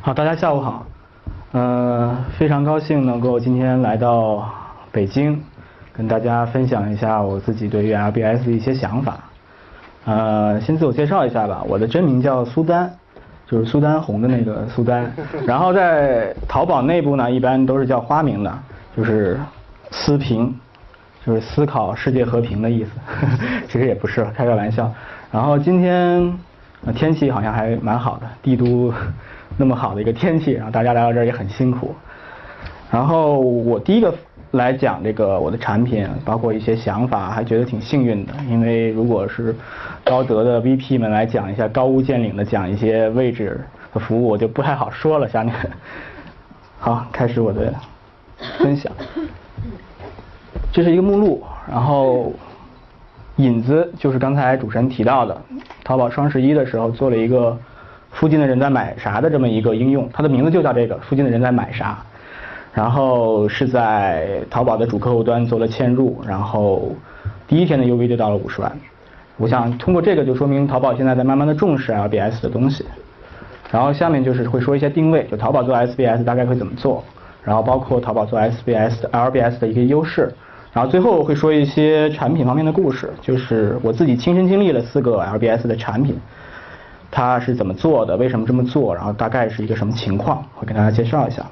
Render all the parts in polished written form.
好，大家下午好。非常高兴能够今天来到北京，跟大家分享一下我自己对于 LBS 的一些想法。先自我介绍一下吧，我的真名叫苏丹，就是苏丹红的那个苏丹。然后在淘宝内部呢，一般都是叫花名的，就是思平，就是思考世界和平的意思。其实也不是，开个玩笑。然后今天天气好像还蛮好的，帝都那么好的一个天气，然后大家来到这儿也很辛苦。然后我第一个来讲这个我的产品，包括一些想法，还觉得挺幸运的，因为如果是高德的 VP 们来讲一下高屋建瓴的讲一些位置的服务，我就不太好说了。下面好，开始我的分享。这是一个目录，然后引子就是刚才主持人提到的，淘宝双11的时候做了一个附近的人在买啥的这么一个应用，它的名字就叫这个附近的人在买啥。然后是在淘宝的主客户端做了嵌入，然后第一天的 UV 就到了50万。我想通过这个就说明淘宝现在在慢慢的重视 LBS 的东西。然后下面就是会说一些定位，就淘宝做 SBS 大概会怎么做，然后包括淘宝做 LBS 的一个优势。然后最后会说一些产品方面的故事，就是我自己亲身经历了4个 LBS 的产品，它是怎么做的，为什么这么做，然后大概是一个什么情况，会跟大家介绍一下。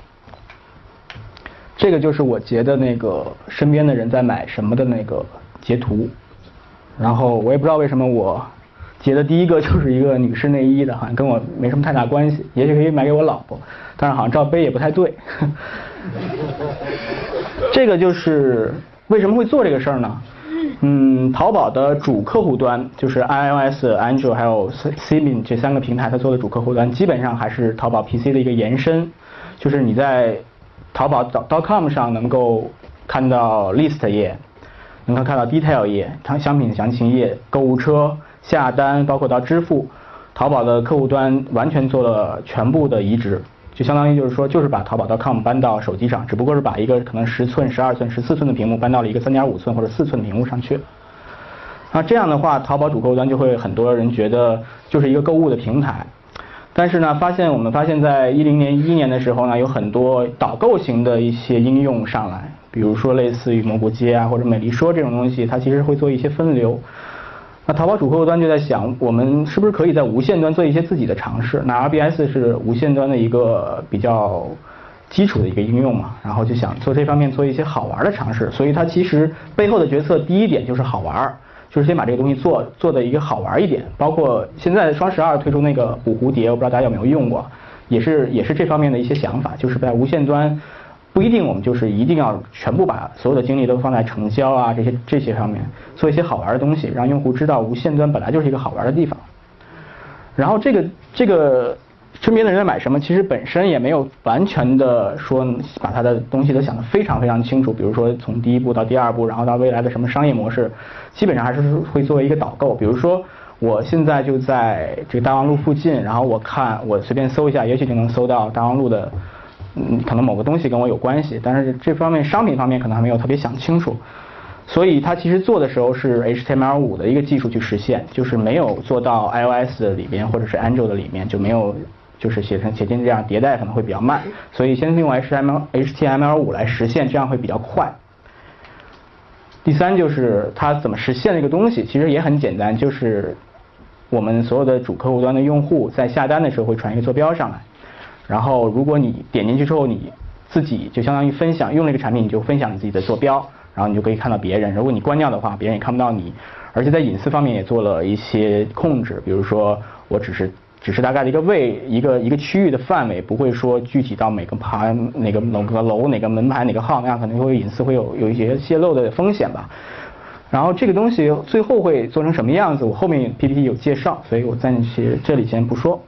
这个就是我截的那个身边的人在买什么的那个截图，然后我也不知道为什么我截的第一个就是一个女士内衣的，好像跟我没什么太大关系，也许可以买给我老婆，但是好像罩杯也不太对。这个就是为什么会做这个事儿呢？淘宝的主客户端就是 iOS、Android 还有 Symbian 这3个平台，它做的主客户端基本上还是淘宝 PC 的一个延伸，就是你在淘宝.com 上能够看到 list 页，能够看到 detail 页、商品详情页、购物车、下单，包括到支付，淘宝的客户端完全做了全部的移植，就相当于就是说就是把淘宝.com 搬到手机上，只不过是把一个可能10寸、12寸、14寸的屏幕搬到了一个3.5寸或者4寸的屏幕上去。那这样的话，淘宝主客户端就会很多人觉得就是一个购物的平台。但是呢，我们发现在2010年、2011年的时候呢，有很多导购型的一些应用上来，比如说类似于蘑菇街啊或者美丽说这种东西，它其实会做一些分流。那淘宝主客户端就在想，我们是不是可以在无线端做一些自己的尝试？那 RBS 是无线端的一个比较基础的一个应用嘛，然后就想做这方面做一些好玩的尝试，所以它其实背后的决策第一点就是好玩。就是先把这个东西做的一个好玩一点，包括现在双12推出那个捕蝴蝶，我不知道大家有没有用过，也是这方面的一些想法，就是在无线端不一定我们就是一定要全部把所有的精力都放在成交啊这些方面，做一些好玩的东西，让用户知道无线端本来就是一个好玩的地方。然后这个身边的人在买什么，其实本身也没有完全的说把他的东西都想得非常非常清楚，比如说从第1步到第2步，然后到未来的什么商业模式，基本上还是会作为一个导购。比如说我现在就在这个大望路附近，然后我随便搜一下，也许就能搜到大望路的可能某个东西跟我有关系，但是这方面商品方面可能还没有特别想清楚。所以它其实做的时候是 HTML5 的一个技术去实现，就是没有做到 iOS 的里面或者是 Android 的里面，就没有就是写进这样迭代可能会比较慢，所以先用 HTML5 来实现，这样会比较快。第3就是它怎么实现这个东西，其实也很简单，就是我们所有的主客户端的用户在下单的时候会传一个坐标上来，然后如果你点进去之后，你自己就相当于分享用这个产品，你就分享你自己的坐标，然后你就可以看到别人。如果你关掉的话，别人也看不到你。而且在隐私方面也做了一些控制，比如说我只是大概的一个区域的范围，不会说具体到每个盘哪个楼哪个门牌哪个号，那样可能会隐私会有一些泄露的风险吧。然后这个东西最后会做成什么样子，我后面 PPT 有介绍，所以我暂时这里先不说。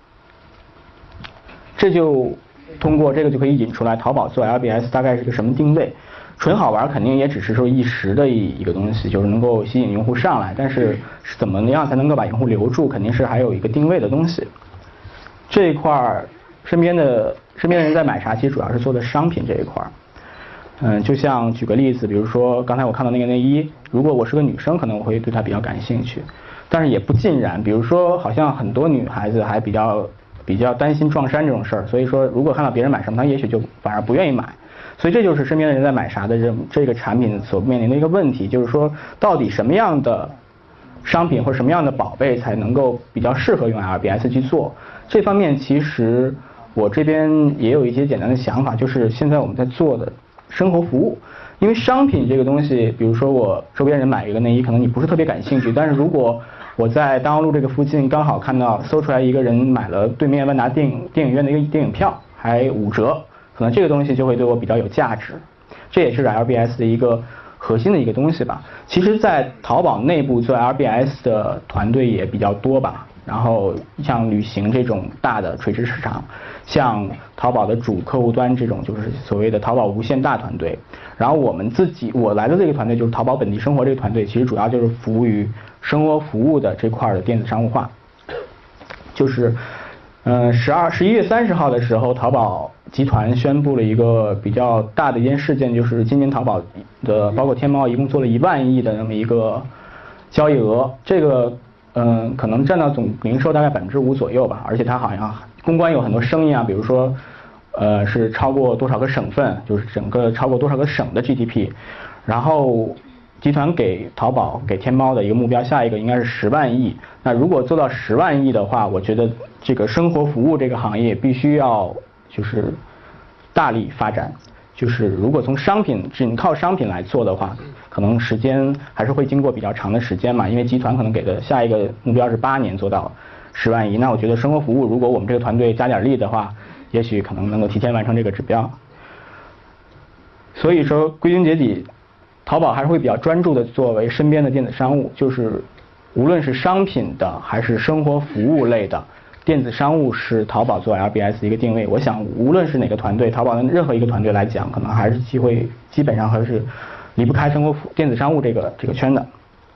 这就通过这个就可以引出来淘宝做 LBS 大概是个什么定位。纯好玩肯定也只是说一时的一个东西，就是能够吸引用户上来，但是怎么样才能够把用户留住，肯定是还有一个定位的东西。这一块身边的人在买啥，其实主要是做的商品这一块。就像举个例子，比如说刚才我看到那个内衣，如果我是个女生，可能我会对它比较感兴趣，但是也不尽然。比如说好像很多女孩子还比较比较担心撞衫这种事儿，所以说如果看到别人买什么，他也许就反而不愿意买。所以这就是身边的人在买啥的这个产品所面临的一个问题，就是说到底什么样的商品或者什么样的宝贝才能够比较适合用 LBS 去做。这方面其实我这边也有一些简单的想法，就是现在我们在做的生活服务。因为商品这个东西，比如说我周边人买一个内衣，可能你不是特别感兴趣，但是如果我在大望路这个附近刚好看到搜出来一个人买了对面万达电影院的一个电影票，还5折，可能这个东西就会对我比较有价值。这也是 LBS 的一个核心的一个东西吧。其实在淘宝内部做 LBS 的团队也比较多吧，然后像旅行这种大的垂直市场，像淘宝的主客户端这种就是所谓的淘宝无限大团队，然后我来的这个团队就是淘宝本地生活这个团队，其实主要就是服务于生活服务的这块的电子商务化。就是11月30号的时候，淘宝集团宣布了一个比较大的一件事件，就是今年淘宝的包括天猫一共做了1万亿的那么一个交易额，这个可能占到总零售大概5%左右吧，而且它好像公关有很多声音啊，比如说是超过多少个省份，就是整个超过多少个省的 GDP， 然后集团给淘宝给天猫的一个目标，下一个应该是10万亿。那如果做到10万亿的话，我觉得这个生活服务这个行业必须要就是大力发展。就是如果从商品仅靠商品来做的话，可能时间还是会经过比较长的时间嘛，因为集团可能给的下一个目标是8年做到10万亿。那我觉得生活服务如果我们这个团队加点力的话，也许可能能够提前完成这个指标。所以说归根结底，淘宝还是会比较专注的作为身边的电子商务，就是无论是商品的还是生活服务类的电子商务是淘宝做 LBS 的一个定位。我想无论是哪个团队，淘宝的任何一个团队来讲，可能还是基本上还是离不开生活电子商务这个圈的。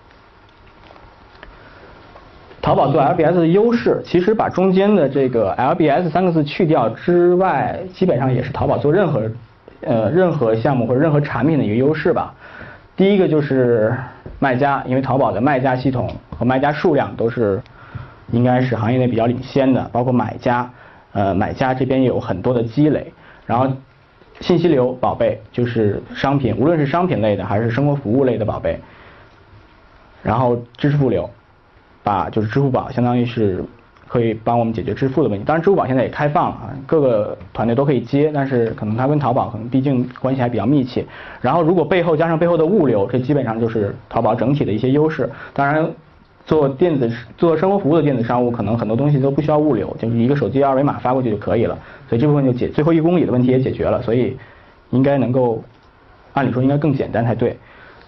淘宝做 LBS 的优势，其实把中间的这个 LBS 3个字去掉之外，基本上也是淘宝做任何项目或者任何产品的一个优势吧。第一个就是卖家，因为淘宝的卖家系统和卖家数量都是应该是行业内比较领先的，包括买家这边有很多的积累，然后信息流宝贝就是商品，无论是商品类的还是生活服务类的宝贝，然后支付流，就是支付宝相当于是可以帮我们解决支付的问题。当然支付宝现在也开放了啊，各个团队都可以接，但是可能它跟淘宝可能毕竟关系还比较密切。然后如果加上背后的物流，这基本上就是淘宝整体的一些优势。当然做生活服务的电子商务，可能很多东西都不需要物流，就是一个手机2维码发过去就可以了，所以这部分就最后1公里的问题也解决了，所以应该能够按理说应该更简单才对。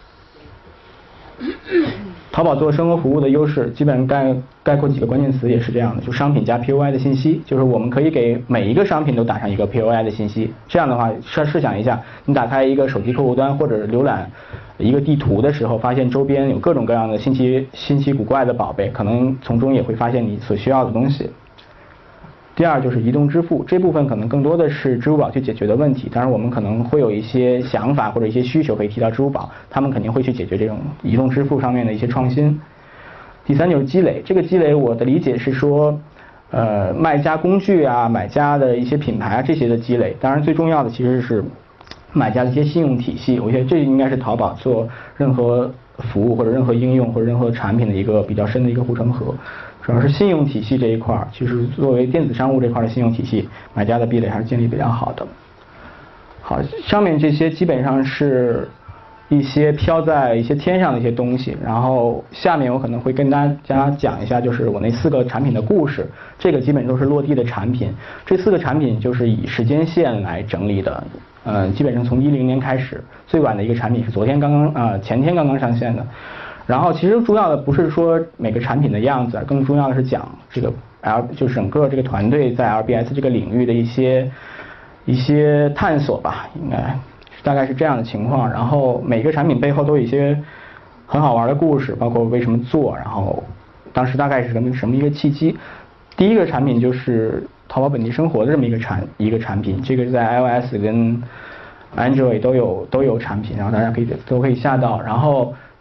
淘宝做生活服务的优势，基本上概括几个关键词也是这样的，就商品加 POI 的信息，就是我们可以给每一个商品都打上一个 POI 的信息。这样的话，试想一下，你打开一个手机客户端或者浏览一个地图的时候，发现周边有各种各样的新奇古怪的宝贝，可能从中也会发现你所需要的东西。第二就是移动支付，这部分可能更多的是支付宝去解决的问题，当然我们可能会有一些想法或者一些需求可以提到支付宝，他们肯定会去解决这种移动支付上面的一些创新。第三就是积累，这个积累我的理解是说卖家工具啊，买家的一些品牌啊这些的积累，当然最重要的其实是买家的一些信用体系，我觉得这应该是淘宝做任何服务或者任何应用或者任何产品的一个比较深的一个护城河。主要是信用体系这一块，其实作为电子商务这块的信用体系，买家的壁垒还是建立比较好的。好，上面这些基本上是一些飘在一些天上的一些东西，然后下面我可能会跟大家讲一下，就是我那4个产品的故事，这个基本都是落地的产品，这4个产品就是以时间线来整理的，基本上从10年开始，最晚的一个产品是前天刚刚上线的。然后其实重要的不是说每个产品的样子，更重要的是讲这个就是整个这个团队在 LBS 这个领域的一些探索吧，应该大概是这样的情况。然后每个产品背后都有一些很好玩的故事，包括为什么做，然后当时大概是什么一个契机。第一个产品就是淘宝本地生活的这么一个产品，这个是在 iOS 跟 Android 都有产品，然后大家都可以下到。然后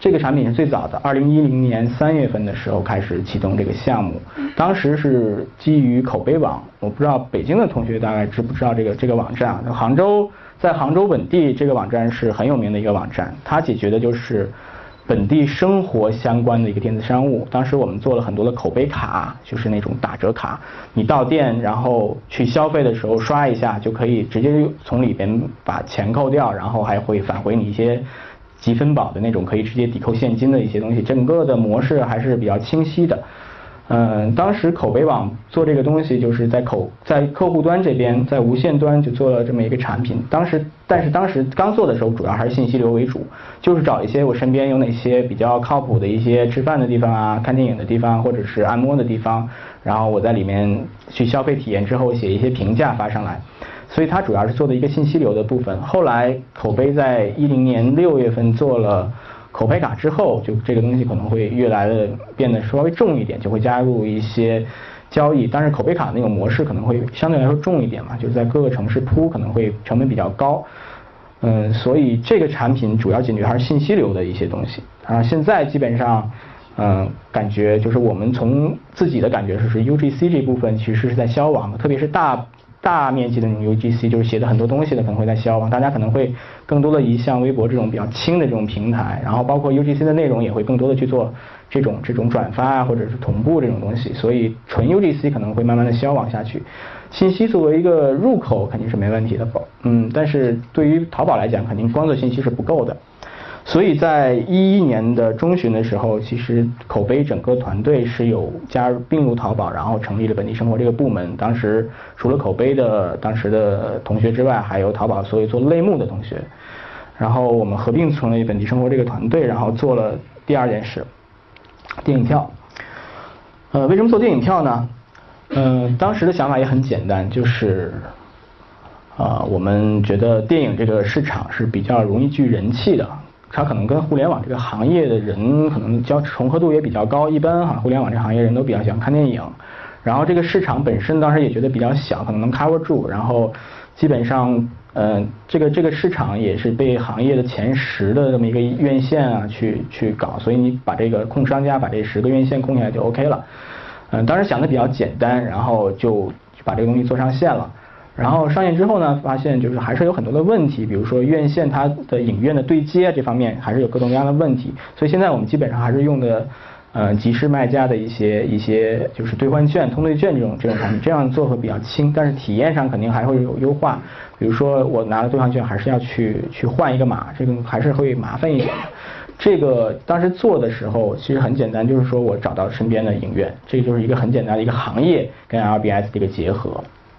这个产品是最早的，2010年3月份的时候开始启动这个项目，当时是基于口碑网，我不知道北京的同学大概知不知道这个网站啊？在杭州本地这个网站是很有名的一个网站，它解决的就是本地生活相关的一个电子商务。当时我们做了很多的口碑卡，就是那种打折卡，你到店然后去消费的时候刷一下就可以直接从里边把钱扣掉，然后还会返回你一些积分宝的那种可以直接抵扣现金的一些东西，整个的模式还是比较清晰的。当时口碑网做这个东西，就是在客户端这边，在无线端就做了这么一个产品。但是当时刚做的时候，主要还是信息流为主，就是找一些我身边有哪些比较靠谱的一些吃饭的地方啊、看电影的地方，或者是按摩的地方，然后我在里面去消费体验之后写一些评价发上来。所以它主要是做的一个信息流的部分。后来口碑在2010年6月份做了口碑卡之后，就这个东西可能会越来的变得稍微重一点，就会加入一些交易。但是口碑卡那种模式可能会相对来说重一点嘛，就是在各个城市铺可能会成本比较高。所以这个产品主要解决还是信息流的一些东西。现在基本上，感觉就是我们从自己的感觉是 UGC 这部分其实是在消亡的，特别是大面积的那种 UGC， 就是写的很多东西的可能会在消亡，大家可能会更多的移向微博这种比较轻的这种平台，然后包括 UGC 的内容也会更多的去做这种转发啊，或者是同步这种东西，所以纯 UGC 可能会慢慢的消亡下去。信息作为一个入口肯定是没问题的，但是对于淘宝来讲，肯定光做信息是不够的。所以在2011年的中旬的时候，其实口碑整个团队是有并入淘宝，然后成立了本地生活这个部门。当时除了口碑的当时的同学之外，还有淘宝所有做类目的同学。然后我们合并成为本地生活这个团队，然后做了第二件事，电影票。为什么做电影票呢？当时的想法也很简单，就是我们觉得电影这个市场是比较容易聚人气的。它可能跟互联网这个行业的人可能重合度也比较高，一般互联网这行业人都比较喜欢看电影，然后这个市场本身当时也觉得比较小，可能能 cover 住，然后基本上这个市场也是被行业的前10的这么一个院线啊去搞，所以你把这个商家把这10个院线空下来就 OK 了。当时想的比较简单，然后就把这个东西做上线了。然后上线之后呢，发现就是还是有很多的问题，比如说院线它的影院的对接这方面还是有各种各样的问题，所以现在我们基本上还是用的集市卖家的一些就是兑换券、通兑券这种产品，这样做会比较轻，但是体验上肯定还会有优化。比如说我拿了兑换券，还是要去换一个码，这个还是会麻烦一点的。这个当时做的时候其实很简单，就是说我找到身边的影院，这就是一个很简单的一个行业跟 RBS 的一个结合。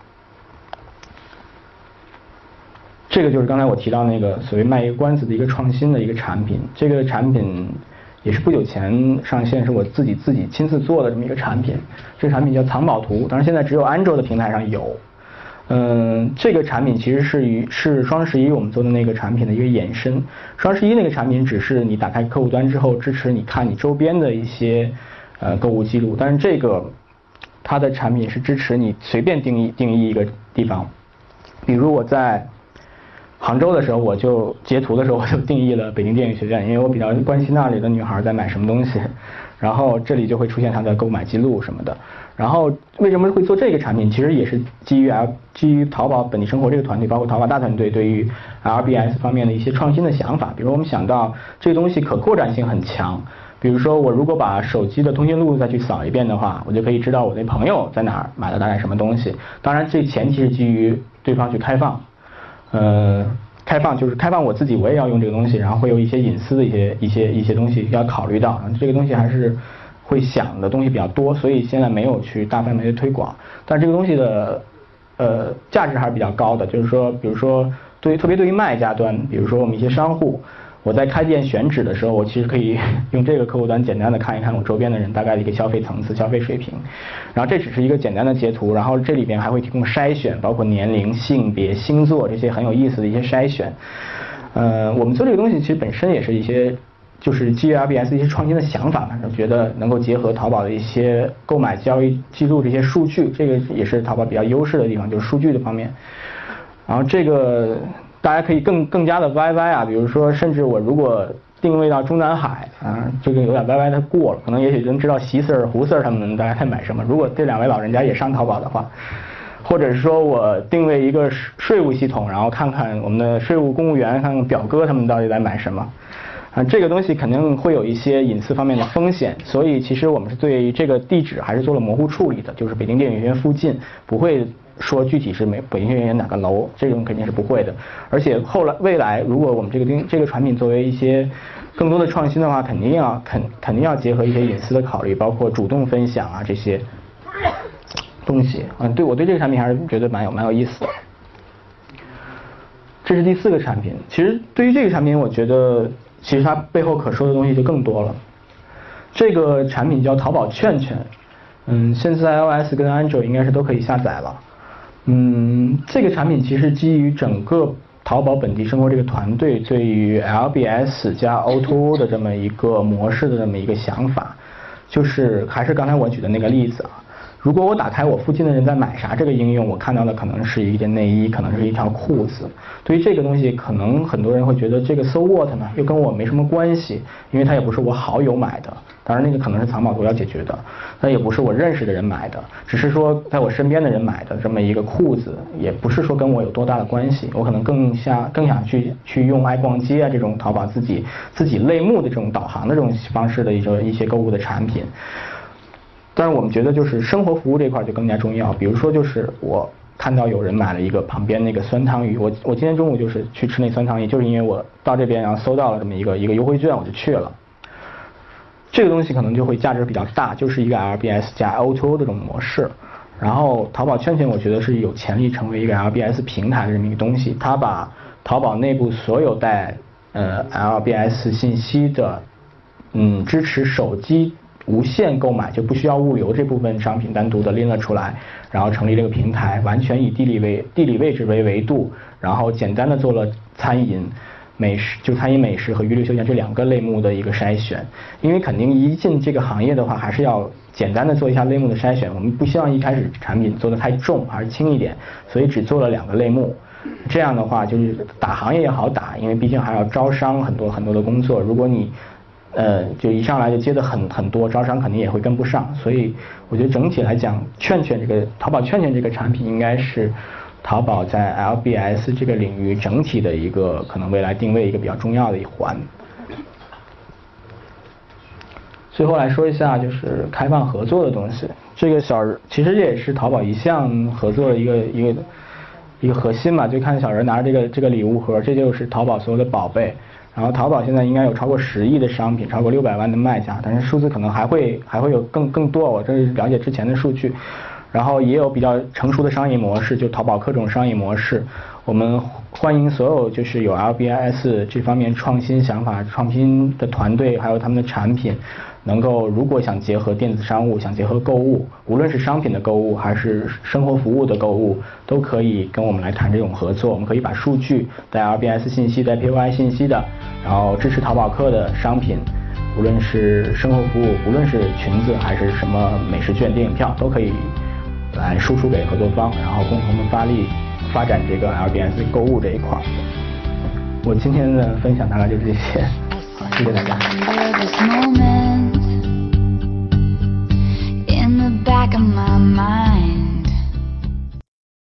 这个就是刚才我提到那个所谓卖一个关子的一个创新的一个产品，这个产品也是不久前上线，是我自己亲自做的这么一个产品。这个产品叫藏宝图，当然现在只有安卓的平台上有。这个产品其实是双11我们做的那个产品的一个延伸。双11那个产品只是你打开客户端之后支持你看你周边的一些购物记录，但是这个它的产品是支持你随便定义一个地方，比如我在杭州的时候，我就截图的时候我就定义了北京电影学院，因为我比较关心那里的女孩在买什么东西，然后这里就会出现她的购买记录什么的。然后为什么会做这个产品，其实也是基于淘宝本地生活这个团队，包括淘宝大团队对于 RBS 方面的一些创新的想法。比如我们想到这个东西可扩展性很强，比如说我如果把手机的通讯录再去扫一遍的话，我就可以知道我那朋友在哪儿买了大概什么东西。当然这前提是基于对方去开放。开放我自己，我也要用这个东西，然后会有一些隐私的一些东西要考虑到，这个东西还是会想的东西比较多，所以现在没有去大范围的推广。但这个东西的价值还是比较高的，就是说，比如说特别对于卖家端，比如说我们一些商户，我在开店选址的时候，我其实可以用这个客户端简单的看一看我周边的人大概的一个消费层次、消费水平。然后这只是一个简单的截图，然后这里边还会提供筛选，包括年龄、性别、星座这些很有意思的一些筛选。我们做这个东西其实本身也是一些就是基于 RBS 一些创新的想法嘛，我觉得能够结合淘宝的一些购买交易记录这些数据，这个也是淘宝比较优势的地方，就是数据的方面。然后这个大家可以更加的 YY 啊，比如说甚至我如果定位到中南海啊，这个有点 YY 它过了，可能也许能知道席 Sir、胡 Sir 他们大家在买什么。如果这2位老人家也上淘宝的话，或者是说我定位一个税务系统，然后看看我们的税务公务员，看看表哥他们到底在买什么。这个东西肯定会有一些隐私方面的风险，所以其实我们是对这个地址还是做了模糊处理的，就是北京电影学院附近，不会说具体是北京电影学院哪个楼，这种肯定是不会的。而且未来如果我们这个产品作为一些更多的创新的话，肯定要结合一些隐私的考虑，包括主动分享啊这些东西。对我对这个产品还是觉得蛮有意思的。这是第4个产品，其实对于这个产品，我觉得其实它背后可说的东西就更多了。这个产品叫淘宝券券，现在 iOS 跟 Android 应该是都可以下载了。这个产品其实基于整个淘宝本地生活这个团队对于 LBS 加 O2O 的这么一个模式的这么一个想法，就是还是刚才我举的那个例子啊。如果我打开我附近的人在买啥这个应用，我看到的可能是一件内衣，可能是一条裤子。对于这个东西，可能很多人会觉得这个 so what 呢，又跟我没什么关系，因为它也不是我好友买的，当然那个可能是藏宝图要解决的，它也不是我认识的人买的，只是说在我身边的人买的这么一个裤子，也不是说跟我有多大的关系，我可能更想去用爱逛街啊这种淘宝自己类目的这种导航的这种方式的一些购物的产品。但是我们觉得就是生活服务这块就更加重要，比如说就是我看到有人买了一个旁边那个酸汤鱼，我今天中午就是去吃那酸汤鱼，就是因为我到这边然后搜到了这么一个优惠券，我就去了。这个东西可能就会价值比较大，就是一个 LBS 加 O2O 的这种模式。然后淘宝券券我觉得是有潜力成为一个 LBS 平台的这么一个东西，它把淘宝内部所有带LBS 信息的支持手机无限购买就不需要物流这部分商品单独的拎了出来，然后成立这个平台，完全以地理位置为维度，然后简单的做了餐饮美食和娱乐休闲这2个类目的一个筛选。因为肯定一进这个行业的话，还是要简单的做一下类目的筛选，我们不希望一开始产品做的太重，还是轻一点，所以只做了2个类目。这样的话就是打行业也好打，因为毕竟还要招商很多的工作，如果你就一上来就接的很多，招商肯定也会跟不上，所以我觉得整体来讲，券券这个淘宝券券这个产品应该是淘宝在 LBS 这个领域整体的一个可能未来定位一个比较重要的一环。最后来说一下就是开放合作的东西，这个其实也是淘宝一项合作的一个核心嘛，就看小人拿着这个礼物盒，这就是淘宝所有的宝贝。然后淘宝现在应该有超过10亿的商品，超过600万的卖家，但是数字可能还会有更多，我这是了解之前的数据。然后也有比较成熟的商业模式，就淘宝各种商业模式。我们欢迎所有就是有 LBS 这方面创新想法、创新的团队，还有他们的产品，能够如果想结合电子商务，想结合购物，无论是商品的购物还是生活服务的购物，都可以跟我们来谈这种合作。我们可以把数据带 LBS 信息、带 POI 信息的，然后支持淘宝客的商品，无论是生活服务，无论是裙子还是什么美食券、电影票，都可以来输出给合作方，然后共同的发展这个 LBS 购物这一块。我今天的分享大概就是这些，好，谢谢大家。 In the back of my mind